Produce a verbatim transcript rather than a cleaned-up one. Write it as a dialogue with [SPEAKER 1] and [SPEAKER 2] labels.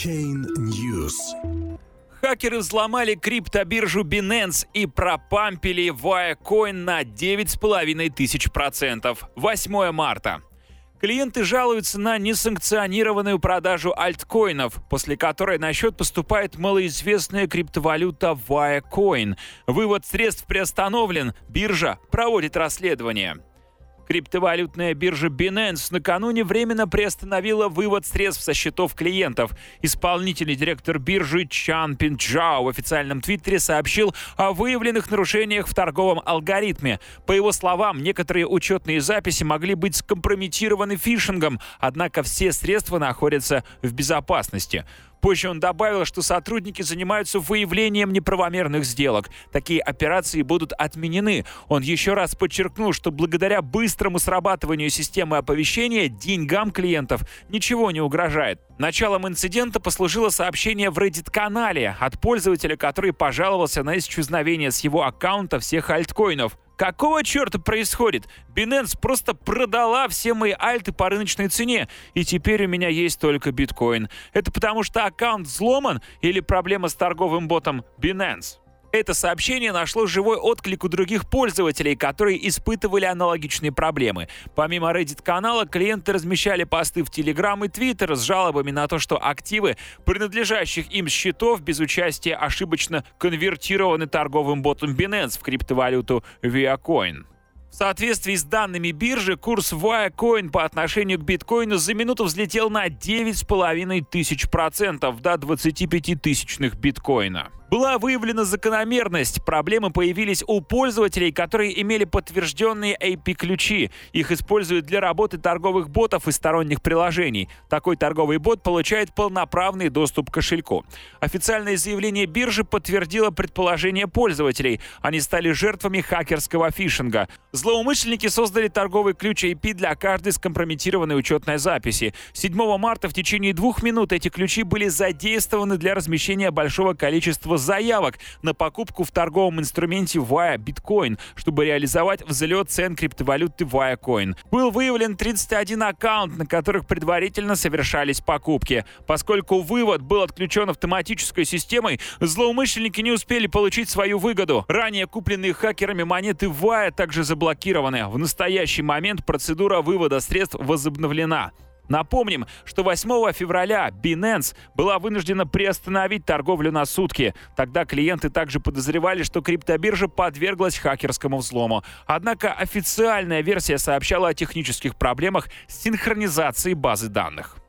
[SPEAKER 1] Chain News.
[SPEAKER 2] Хакеры взломали криптобиржу Binance и пропампили Viacoin на девять с половиной тысяч процентов. восьмое марта. Клиенты жалуются на несанкционированную продажу альткоинов, после которой на счет поступает малоизвестная криптовалюта Viacoin. Вывод средств приостановлен, биржа проводит расследование. Криптовалютная биржа Binance накануне временно приостановила вывод средств со счетов клиентов. Исполнительный директор биржи Чан Пинчжао в официальном твиттере сообщил о выявленных нарушениях в торговом алгоритме. По его словам, некоторые учетные записи могли быть скомпрометированы фишингом, однако все средства находятся в безопасности. Позже он добавил, что сотрудники занимаются выявлением неправомерных сделок. Такие операции будут отменены. Он еще раз подчеркнул, что благодаря быстрому срабатыванию системы оповещения деньгам клиентов ничего не угрожает. Началом инцидента послужило сообщение в Reddit-канале от пользователя, который пожаловался на исчезновение с его аккаунта всех альткоинов. Какого черта происходит? Binance просто продала все мои альты по рыночной цене, и теперь у меня есть только биткоин. Это потому что аккаунт взломан или проблема с торговым ботом Binance? Это сообщение нашло живой отклик у других пользователей, которые испытывали аналогичные проблемы. Помимо Reddit-канала, клиенты размещали посты в Telegram и Twitter с жалобами на то, что активы принадлежащих им счетов без участия ошибочно конвертированы торговым ботом Binance в криптовалюту Viacoin. В соответствии с данными биржи, курс Viacoin по отношению к биткоину за минуту взлетел на девять с половиной тысяч процентов до двадцати пяти тысячных биткоина. Была выявлена закономерность. Проблемы появились у пользователей, которые имели подтвержденные эй пи ключи. Их используют для работы торговых ботов и сторонних приложений. Такой торговый бот получает полноправный доступ к кошельку. Официальное заявление биржи подтвердило предположение пользователей. Они стали жертвами хакерского фишинга. Злоумышленники создали торговый ключ эй пи для каждой скомпрометированной учетной записи. седьмого марта в течение двух минут эти ключи были задействованы для размещения большого количества заявок на покупку в торговом инструменте Via Bitcoin, чтобы реализовать взлет цен криптовалюты Viacoin. Был выявлен тридцать один аккаунт, на которых предварительно совершались покупки. Поскольку вывод был отключен автоматической системой, злоумышленники не успели получить свою выгоду. Ранее купленные хакерами монеты Via также заблокированы. В настоящий момент процедура вывода средств возобновлена. Напомним, что восьмого февраля Binance была вынуждена приостановить торговлю на сутки. Тогда клиенты также подозревали, что криптобиржа подверглась хакерскому взлому. Однако официальная версия сообщала о технических проблемах с синхронизацией базы данных.